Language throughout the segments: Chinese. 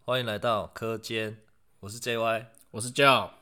欢迎来到科间，我是 JY。 我是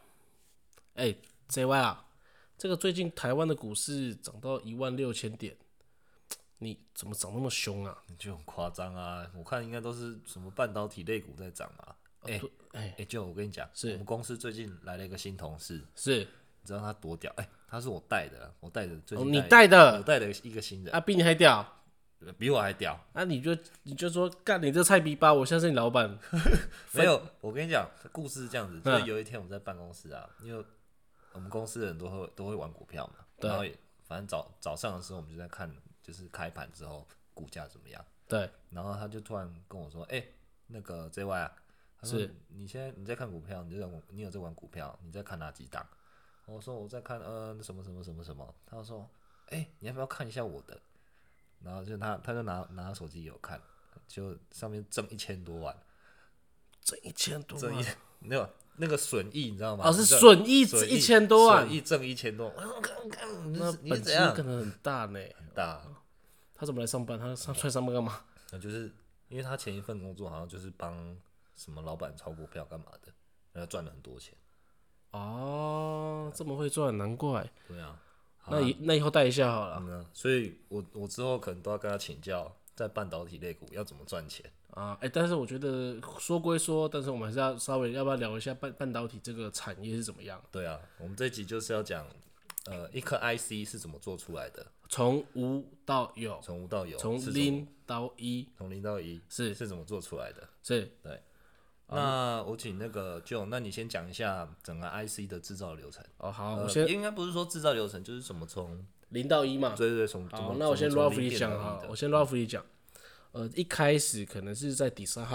Joe。JY 啊，这个最近台湾的股市涨到16000点，你怎么涨那么凶啊？ 你就很夸张啊！我看应该都是什么半导体类股在涨啊。就我跟你讲，我们公司最近来了一个新同事， 是你知道他多屌？他是我带的，最近你带的我带的一个新人， 啊，比你还屌比我还屌。 啊！你就说干你这菜逼吧，我现在是你老板。 没有，我跟你讲，故事是这样子，就是有一天我们在办公室啊，因为我们公司的人都会玩股票嘛，然后反正早上的时候我们就在看，就是开盘之后股价怎么样。 对， 然后他就突然跟我说：“那个 JY 啊，他说你现在你在看股票，你有在玩股票，你在看哪几档？”我说我在看什么什么什么什么。他说：“你要不要看一下我的？”然后就他就拿手机给我看，就上面挣1000多万， 挣1000多挣万， 没有那个损益你知道吗？ 哦，是损益1000多万， 损益挣1000多万。 那本金你是怎样？ 可能很大呢。 很大。 他怎么来上班？他出来上班干嘛？ 那就是因为他前一份工作好像就是帮什么老板炒股票干嘛的，然后赚了很多钱。 哦，这么会赚，难怪。 对啊， 那以后带一下好了。 所以我之后可能都要跟他请教，在半导体类股要怎么赚钱啊，但是我觉得说归说，但是我们还是要稍微要不要聊一下半导体这个产业是怎么样？ 对啊，我们这集就是要讲，一颗 IC 是怎么做出来的， 从无到有， 从无到有， 从零到一， 从零到一是怎么做出来的？ 是， 对。那我请那个那你先讲一下整个 IC 的制造流程。 哦，好，我先应该不是说制造流程，就是怎么从 0到1嘛。 对， 好，那我先 roughly 讲哈，一开始可能是在 design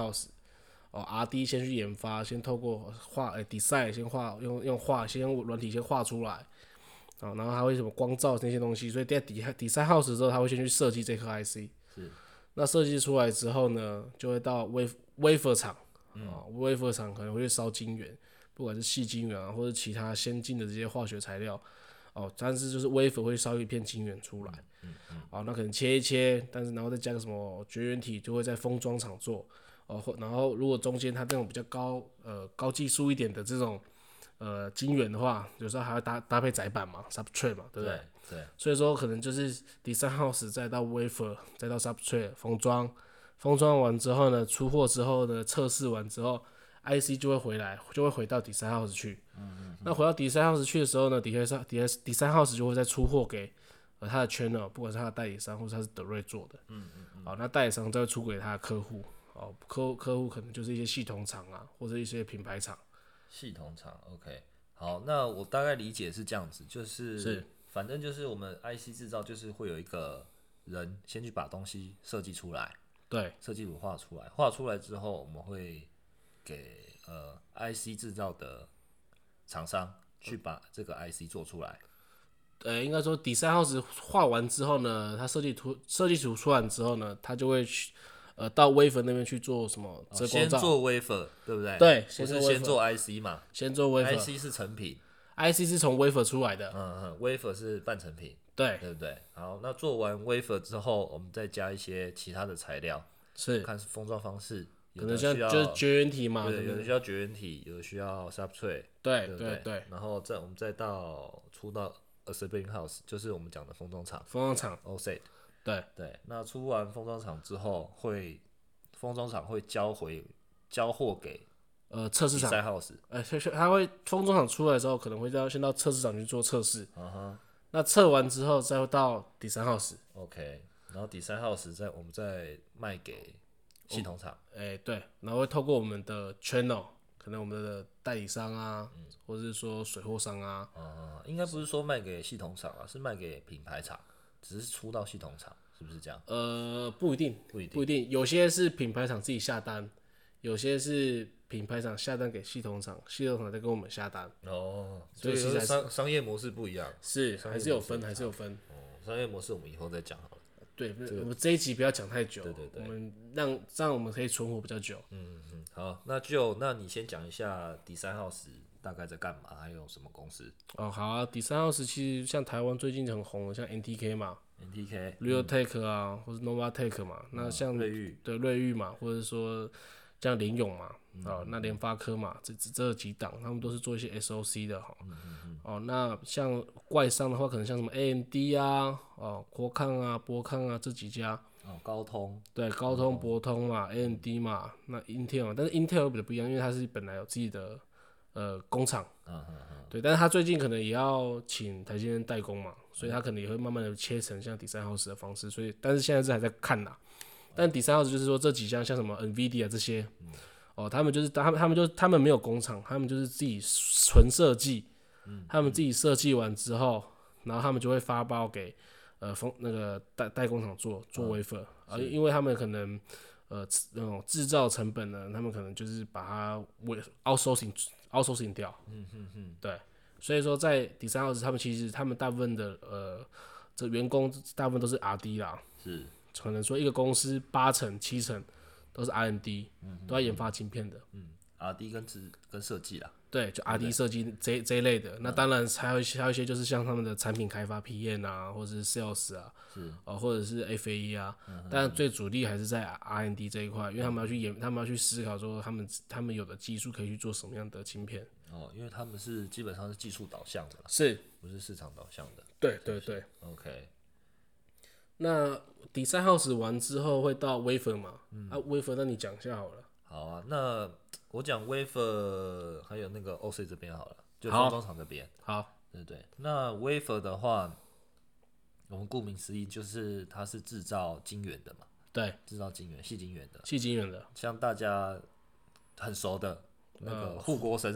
house，RD 先去研发，先透过design 先画，用画，先用软体先画出来，然后还会什么光照那些东西，所以在 design house 之后，他会先去设计这颗 IC。 是。 那设计出来之后呢，就会到 wafer 厂，wafer 厂可能会去烧晶圆，不管是细晶圆啊，或者其他先进的这些化学材料，但是就是 wafer 会烧一片晶圆出来，那可能切一切，但是然后再加个什么绝缘体，就会在封装厂做，然后如果中间它这种比较高技术一点的这种晶圆的话，有时候还会搭配载板嘛 ，substrate 嘛，对不对？ 对。 所以说可能就是 design house 再到 wafer 再到 substrate 封装完之后呢，出货之后呢，测试完之后 ，IC 就会回到 design house 去。那回到 design house 去的时候呢，design house 就会再出货给他的 channel， 不管是他的代理商或者他是德瑞做的。好，那代理商再会出给他的客户。客户可能就是一些系统厂啊，或者一些品牌厂。 系统厂 OK。好，那我大概理解是这样子，就是反正就是我们 IC 制造就是会有一个人先去把东西设计出来， 对， 设计图画出来，画出来之后我们会给IC 制造的厂商去把这个 IC 做出来。 应该说 design house 画完之后呢，他设计图出来之后呢，他就会去到 wafer 那边去做什么遮光罩， 先做 wafer 对不对？ 对， 不是先做 IC 嘛？ 先做 wafer，IC 是成品 ，IC 是从 wafer 出来的， wafer 是半成品， 对不对？好，那做完 wafer 之后，我们再加一些其他的材料， 是看封装方式， 可能像就是绝缘体嘛， 对，有的需要绝缘体，有的需要 substrate， 对， 然后我们再出到 assembly house， 就是我们讲的封装厂 offset。对，那出完封装厂之后，封装厂会交货给测试厂 house， 他会封装厂出来的时候，可能会先到测试厂去做测试，那测完之后再到 design house， 然后 design house 我们再卖给系统厂， 对，然后会透过我们的 channel， 可能我们的代理商啊，或者是说水货商啊， 应该不是说卖给系统厂啊，是卖给品牌厂，只是出到系统厂，是不是这样？ 不一定，有些是品牌厂自己下单，有些是品牌厂下单给系统厂，系统厂再跟我们下单。 所以商业模式不一样， 还是有分。 商业模式我们以后再讲好了。 对，我们这一集不要讲太久， 对， 我们这样我们可以存活比较久。 好，那你先讲一下 design house 大概在干嘛，还有什么公司？ 好啊，design house 其实像台湾最近很红的，像 NTK 嘛 ，NTK、 Realtek 啊，或者 Novatech 嘛，那像瑞昱对瑞昱嘛，或者说像联咏嘛，那联发科嘛，这几档他们都是做一些 SOC 的哈。那像外商的话，可能像什么 AMD 啊，国康啊、博康啊这几家。 高通。 对，高通、博通嘛，AMD 嘛，那 Intel 嘛，但是 Intel 比较不一样，因为它是本来有自己的工厂。对，但是他最近可能也要请台积电代工嘛，所以他可能也会慢慢的切成像Design House的方式，所以但是现在这还在看啦。但Design House就是说这几家像什么 NVIDIA 这些，他们就是他们没有工厂，他们就是自己纯设计，他们自己设计完之后，然后他们就会发包给那个代工厂做wafer，因为他们可能那种制造成本呢，他们可能就是把它outsourcing 掉，对，所以说在Design House他们其实他们大部分的这员工大部分都是 R&D 啦， 是可能说一个公司8成7成都是 R&D，都在研发晶片的。 R&D 跟设计啦。 对，就 R&D 设计这一类的。那当然还有一些就是像他们的产品开发 PM 啊，或者是 Sales 啊，或者是 FAE 啊。但最主力还是在 R&D 这一块，因为他们要去思考说他们有的技术可以去做什么样的晶片。 因为他们是基本上是技术导向的啦， 是不是市场导向的？ 对对对。 OK。 那Design House 完之后会到 Wafer 嘛？Wafer 那你讲一下好了。 好啊，那我讲 Wafer 还有那个 OC 这边好了，就封装厂这边。 好， 对。那 Wafer 的话，我们顾名思义就是它是制造晶圆的嘛。 对， 制造晶圆、细晶圆的。 细晶圆的， 像大家很熟的那个护国神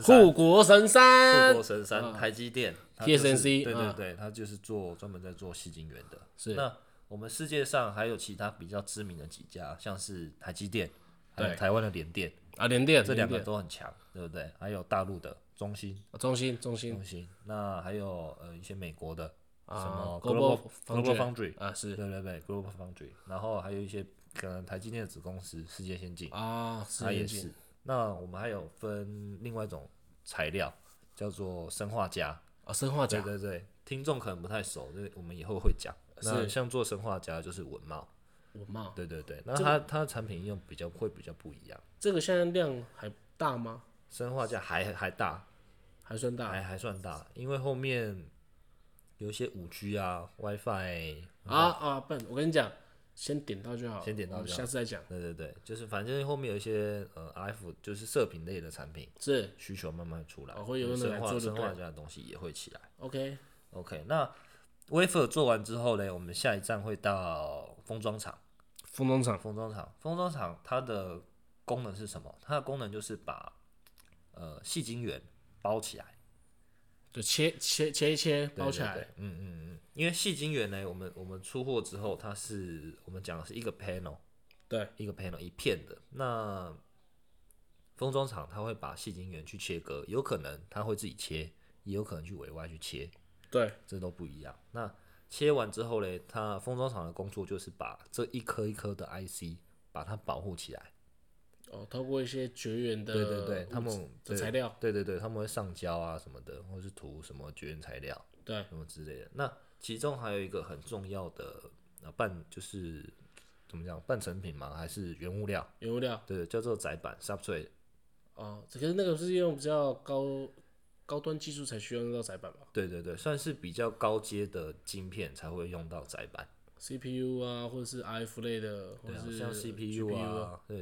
山，台积电 ，TSMC， 对对，它就是专门在做细晶圆的。是。那我们世界上还有其他比较知名的几家，像是台积电，还有台湾的联电这两个都很强，对不对？还有大陆的中芯，那还有一些美国的什么 Global Foundry 啊，是， 对 Global Foundry， 然后还有一些可能台积电的子公司世界先进它也是。那我们还有分另外一种材料叫做砷化镓砷化镓， 对，听众可能不太熟，我们以后会讲。那像做砷化镓就是文茂，对，那它的产品应用会比较不一样。 这个现在量还大吗？ 砷化镓还大， 还算大， 还算大，因为后面有一些5G 啊、WiFi 不，我跟你讲，先点到就好，下次再讲。 对，就是反正后面有一些RF 就是射频类的产品， 是需求慢慢出来， 会有砷化镓的东西也会起来。OK， 那Wafer 做完之后呢，我们下一站会到封装厂。封装厂它的功能是什么？它的功能就是把细晶圆包起来， 就切包起来。 因为细晶圆呢，我们出货之后，我们讲的是一个 panel， 对， 一个 panel 一片的。那封装厂它会把细晶圆去切割，有可能它会自己切，也有可能去委外去切。 对， 这都不一样。那切完之后呢，它封装厂的工作就是把这一颗一颗的 IC 把它保护起来。 透过一些绝缘的， 对，他们的材料， 对，他们会上胶啊什么的，或是涂什么绝缘材料， 对， 什么之类的。那其中还有一个很重要的就是怎么讲半成品吗？还是原物料？对，叫做载板 substrate。 可是那个是用比较高端技术才需要用到载板吧？ 对，算是比较高阶的晶片才会用到载板。 CPU 啊，或者是 RF 类的，或者是像 CPU 啊，对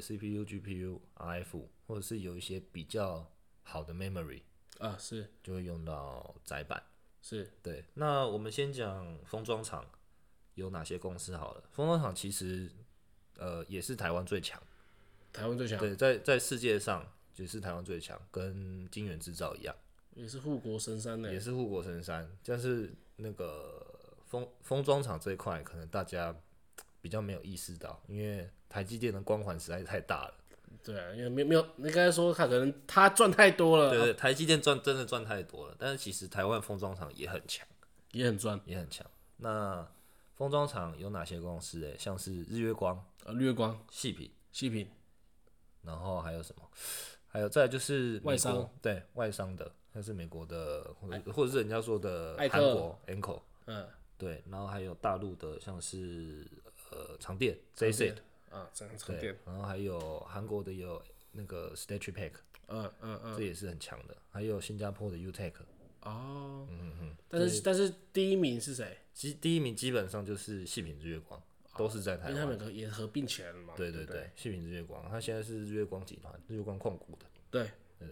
CPU、GPU、RF， 或者是有一些比较好的 memory 是就会用到载板。 是， 对。那我们先讲封装厂有哪些公司好了。封装厂其实也是台湾最强。对，在世界上也是台湾最强，跟晶圆制造一样。 也是护国神山也是护国神山，但是那个封装厂这一块，可能大家比较没有意识到，因为台积电的光环实在是太大了。 对啊，因为没有，应该说他可能他赚太多了。 对，台积电真的赚太多了，但是其实台湾封装厂也很强， 也很赚， 也很强。那封装厂有哪些公司？像是日月光、细品，然后还有什么？还有再来就是外商， 对外商的，像是美国的，或者是人家说的韩国 Enco， 对，然后还有大陆的，像是长电 JC， 长电， 然后还有韩国的有那个 State Pack，这也是很强的。还有新加坡的 UTech， 哦，但是第一名是谁？ 第一名基本上就是细品日月光，都是在台湾， 因为他们两个也合并起来了嘛。 对对， 细品日月光，它现在是日月光集团、日月光控股的。 对。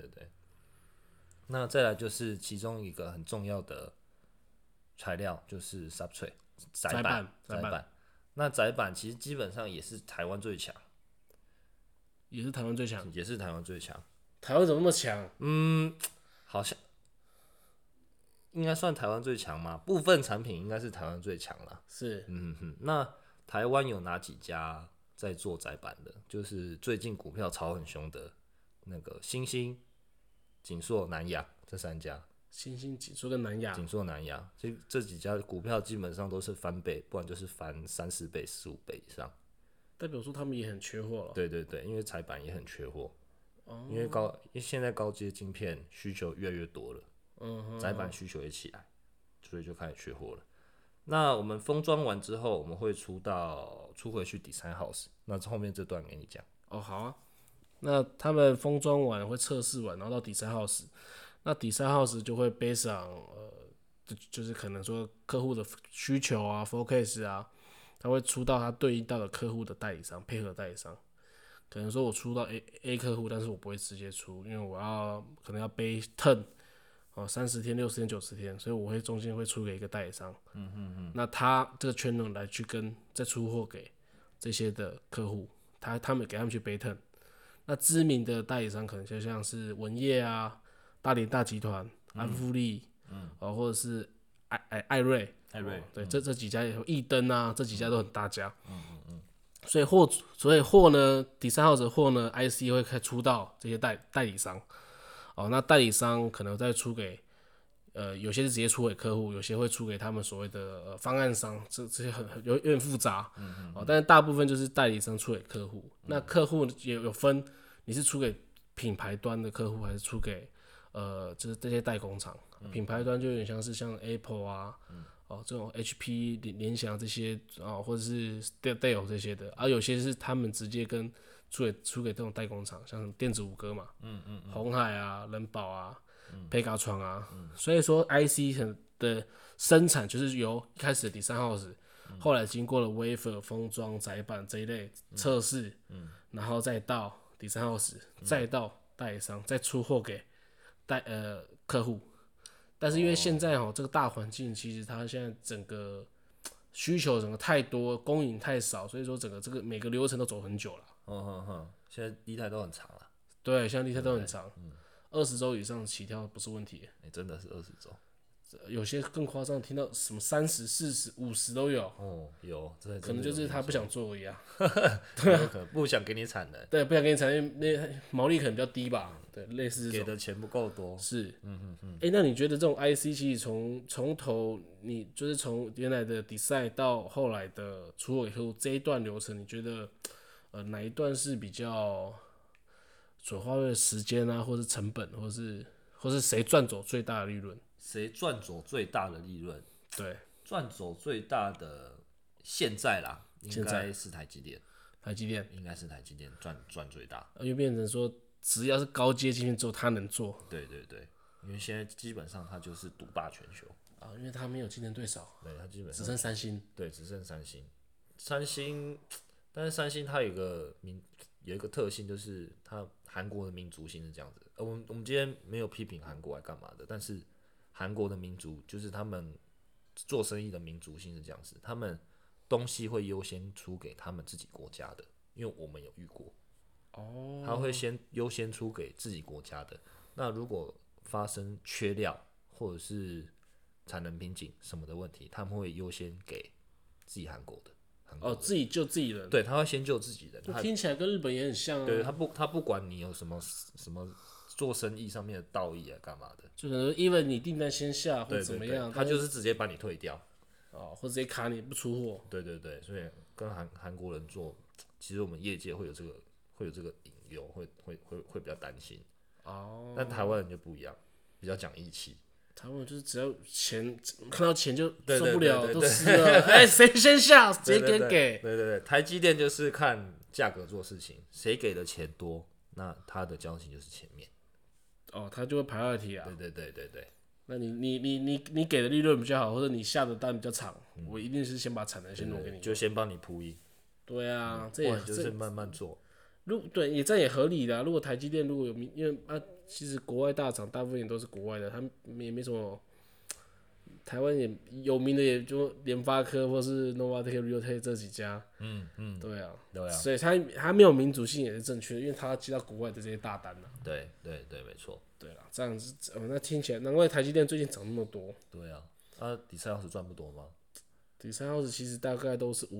那再来就是其中一个很重要的材料就是 substrate 载板。那载板其实基本上也是台湾最强， 也是台湾最强。 台湾怎么那么强？ 好像应该算台湾最强嘛，部分产品应该是台湾最强啦。 是， 那台湾有哪几家在做载板的？就是最近股票炒很凶的那个新兴、景硕、南亚这3家。 新兴、景硕跟南亚。 这几家股票基本上都是翻倍，不然就是翻30倍、15倍以上。 代表说他们也很缺货了。 对，因为载板也很缺货。因为现在高阶晶片需求越来越多了，载板需求也起来，所以就开始缺货了。那我们封装完之后，我们会出回去 Design House， 那后面这段给你讲。 好啊。那他们封装完会测试完，然后到 Design House， 那 Design House 就会背上就是可能说客户的需求啊 ，forecast 啊，他会出到他对应到的客户的代理商，配合代理商。可能说我出到 A 客户，但是我不会直接出，因为我可能要背 turn 30天、60天、90天，所以我会中间会出给一个代理商。那他这个圈呢来去再出货给这些的客户，他们给他们去背 turn。那知名的代理商可能就像是文业啊、大连大集团、安富利，或者是艾瑞，对，这几家也有益登啊，这几家都很大家。所以货呢，Design House 的货呢 ，IC 会开始出到这些代理商。那代理商可能再出给有些是直接出给客户，有些会出给他们所谓的方案商，这些有点复杂。但是大部分就是代理商出给客户。那客户也有分，你是出给品牌端的客户，还是出给就是这些代工厂？品牌端就有点像 Apple 啊。这种 HP 联想这些或者是 Dell 这些的，有些是他们直接出给这种代工厂，像电子五哥嘛，鸿海啊、人保啊、培卡床啊，所以说 IC 的生产就是由一开始的 Design House，后来经过了 wafer 封装、载板这一类测试，然后再到 Design House，再到代理商，再出货给客户。但是因为现在这个大环境，其实它现在整个需求整个太多，供应太少，所以说整个这个每个流程都走很久了。 现在利态都很长了。 对，现在利态都很长，20周以上起跳不是问题。 真的是20周。 有些更夸张，听到什么30、40、50都有。 有， 可能就是他不想做而已啊。 对啊，可能不想给你产能。 对，不想给你产能，那毛利可能比较低吧。对，类似这种。 给的钱不够多。 是，那你觉得这种 IC 其实从头，你就是从原来的 design 到后来的出货以后这一段流程，你觉得哪一段是比较所花费的时间啊，或是成本，或是谁赚走最大的利润？ 谁赚走最大的利润？ 对， 赚走最大的现在啦，应该是台积电。应该是台积电赚最大， 就变成说，只要是高阶晶片之后，他能做。 对，因为现在基本上他就是独霸全球因为他没有竞争对手。 对，他基本上只剩三星。 对，只剩三星，但是三星它有一个特性，就是它韩国的民族性是这样子。我们今天没有批评韩国来干嘛的，但是韩国的民族就是他们做生意的民族性是这样子，他们东西会优先出给他们自己国家的，因为我们有遇过。他会优先出给自己国家的。那如果发生缺料或者是产能瓶颈什么的问题，他们会优先给自己韩国的。 自己救自己人。 对，他会先救自己人。 听起来跟日本也很像啊。 对，他不管你有什么做生意上面的道义啊，干嘛的， 就可能因为你订单先下或怎么样， 他就是直接把你退掉， 或者直接卡你不出货。 对，所以跟韩国人做，其实我们业界会有这个隐忧，会比较担心。但台湾人就不一样，比较讲义气。 台湾就是只要钱，看到钱就受不了，都撕了。谁先下，直接给。 对，台积电就是看价格做事情，谁给的钱多， 那它的交情就是前面。 它就会排二题啊。 对。 那你给的利润比较好，或者你下的单比较长，我一定是先把产能先挪给你， 就先帮你铺印。 对啊， 不然就是慢慢做。 对，这也合理的、啊。如果台积电如果有因为其实国外大厂大部分也都是国外的，他们也没什么。台湾也有名的，也就联发科或是 Novatek、Realtek 这几家。对啊，所以他没有民主性也是正确的，因为他接到国外的这些大单啊。 对，没错。 对啦，这样子，那听起来难怪台积电最近涨那么多。 对啊，底赛老师赚不多吗？ 底赛老师其实大概都是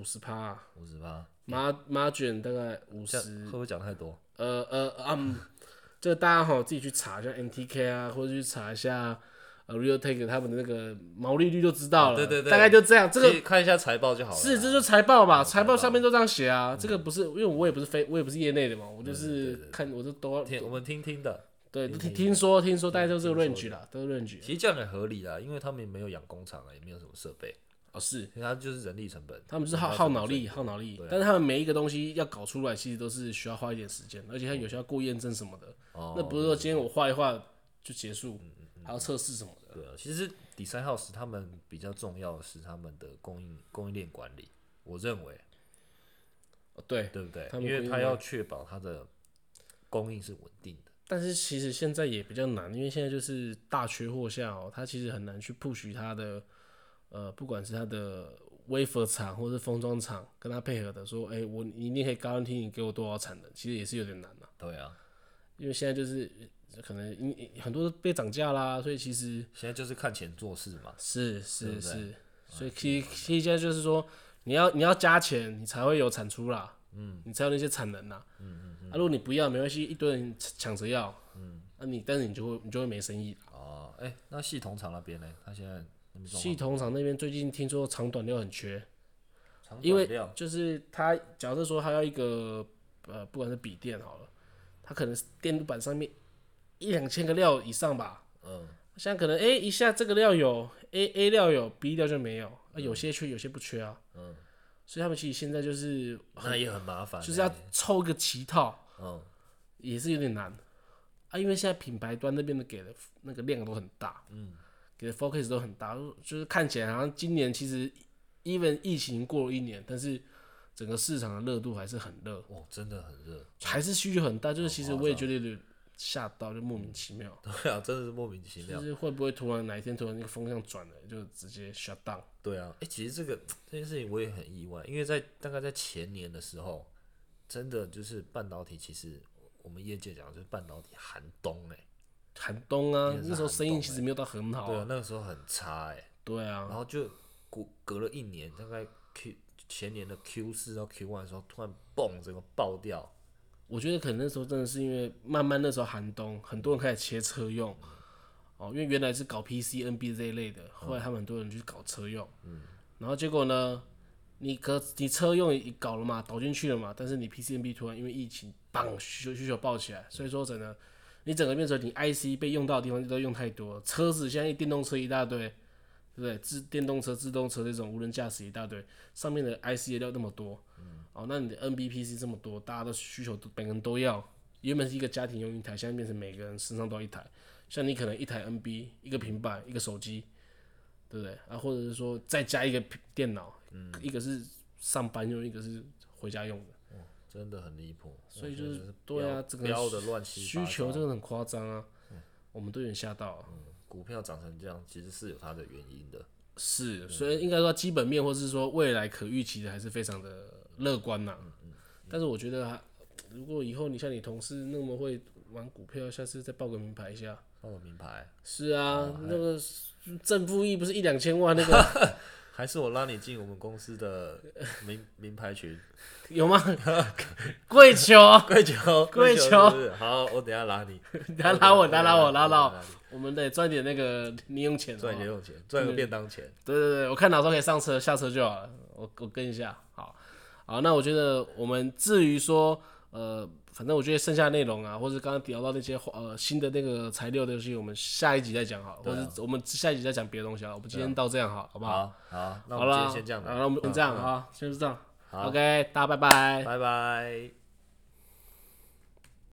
50%，margin 大概50%。 会不会讲太多？ 这个大家自己去查一下 NTK 啊，或者去查一下Realtek 他们的那个毛利率就知道了。 对， 大概就这样。这个看一下财报就好了。 是，这就是财报嘛，财报上面都这样写啊。这个不是，因为我也不是业内的嘛，我就是看，我都要我们听的。 对，听说，大概都是这个 range 啦，都是 range。 其实这样也合理啦，因为他们也没有养工厂啊，也没有什么设备。 是， 他就是人力成本。 他们是耗脑力，但是他们每一个东西要搞出来，其实都是需要花一点时间，而且他有些要过验证什么的。那不是说今天我画一画就结束，还要测试什么的。 对啊，其实Design House 他们比较重要的是他们的供应链管理，我认为。对不对？因为他要确保他的供应是稳定的。 但是其实现在也比较难，因为现在就是大缺货下他其实很难去 push 他的不管是他的 wafer 厂或是封装厂跟他配合的说，我一定可以 guarantee 你给我多少产能，其实也是有点难啊。 对啊， 因为现在就是可能很多都被涨价啦，所以其实现在就是看钱做事嘛。 是，所以其实现在就是说你要加钱，你才会有产出啦。你才有那些产能呐。如果你不要，没关系，一堆人抢着要。但是你就会没生意。 那系统厂那边呢？他现在系统厂那边最近听说长短料很缺，因为就是他假设说他要一个不管是笔电好了，他可能电路板上面1-2千个料以上吧。像可能一下这个料有 A 料有 B 料就没有，有些缺有些不缺啊。所以他们其实现在就是那也很麻烦， 就是要凑一个旗套，也是有点难因为现在品牌端那边的给的那个量都很大，给的 focus 都很大，就是看起来好像今年其实 even 疫情过了1年，但是整个市场的热度还是很热， 真的很热， 还是需求很大，就是其实我也觉得有点吓到，就莫名其妙。 对啊，真的是莫名其妙。 就是会不会哪一天突然那个风向转了，就直接 shut down？ 对啊，其实这件事情我也很意外，因为大概在前年的时候，真的就是半导体，其实我们业界讲就是半导体寒冬寒冬啊，那时候生意其实没有到很好。 对啊，那个时候很差对啊， 然后就隔了1年，大概前年的 Q4 到 Q1 的时候，突然嘣，整个爆掉。 我觉得可能那时候真的是因为慢慢那时候寒冬，很多人开始切车用，因为原来是搞 PC、NB 这一类的，后来他们很多人去搞车用，然后结果呢，你车用也搞了嘛，导进去了嘛，但是你 PC、NB 突然因为疫情，需求爆起来，所以说你整个变成你 IC 被用到的地方都用太多了，车子现在电动车一大堆，对不对？电动车、自动车这种无人驾驶一大堆，上面的 IC 的料那么多。那你的 NBPC 这么多，大家的需求每个人都要。原本是一个家庭用一台，现在变成每个人身上都要一台。像你可能一台 NB， 一个平板，一个手机，对不对？或者是说再加一个电脑，一个是上班用，一个是回家用的。 真的很离谱。 所以就是对啊，这个需求真的很夸张啊，我们都有点吓到。 股票涨成这样，其实是有它的原因的。 是，所以应该说基本面或是说未来可预期的还是非常的乐观呐。但是我觉得如果以后你像你同事那么会玩股票，下次再报个名牌一下。 报个名牌？ 是啊，那个正负亿不是1-2千万那个。 还是我拉你进我们公司的名牌群， 有吗？跪求， 好，我等一下拉你， 拉我，我们得赚点那个零用钱， 赚个便当钱。 对，我看哪时候可以上车下车就好了，我跟一下。好，那我觉得我们至于说反正我觉得剩下的内容啊，或者刚刚聊到那些新的那个材料的东西，我们下一集再讲好了，或者我们下一集再讲别的东西好了。我们今天到这样好不好？ 好，那我们今天先这样。 好了，我们这样啊，先是这样。OK， 大家拜拜。 拜拜。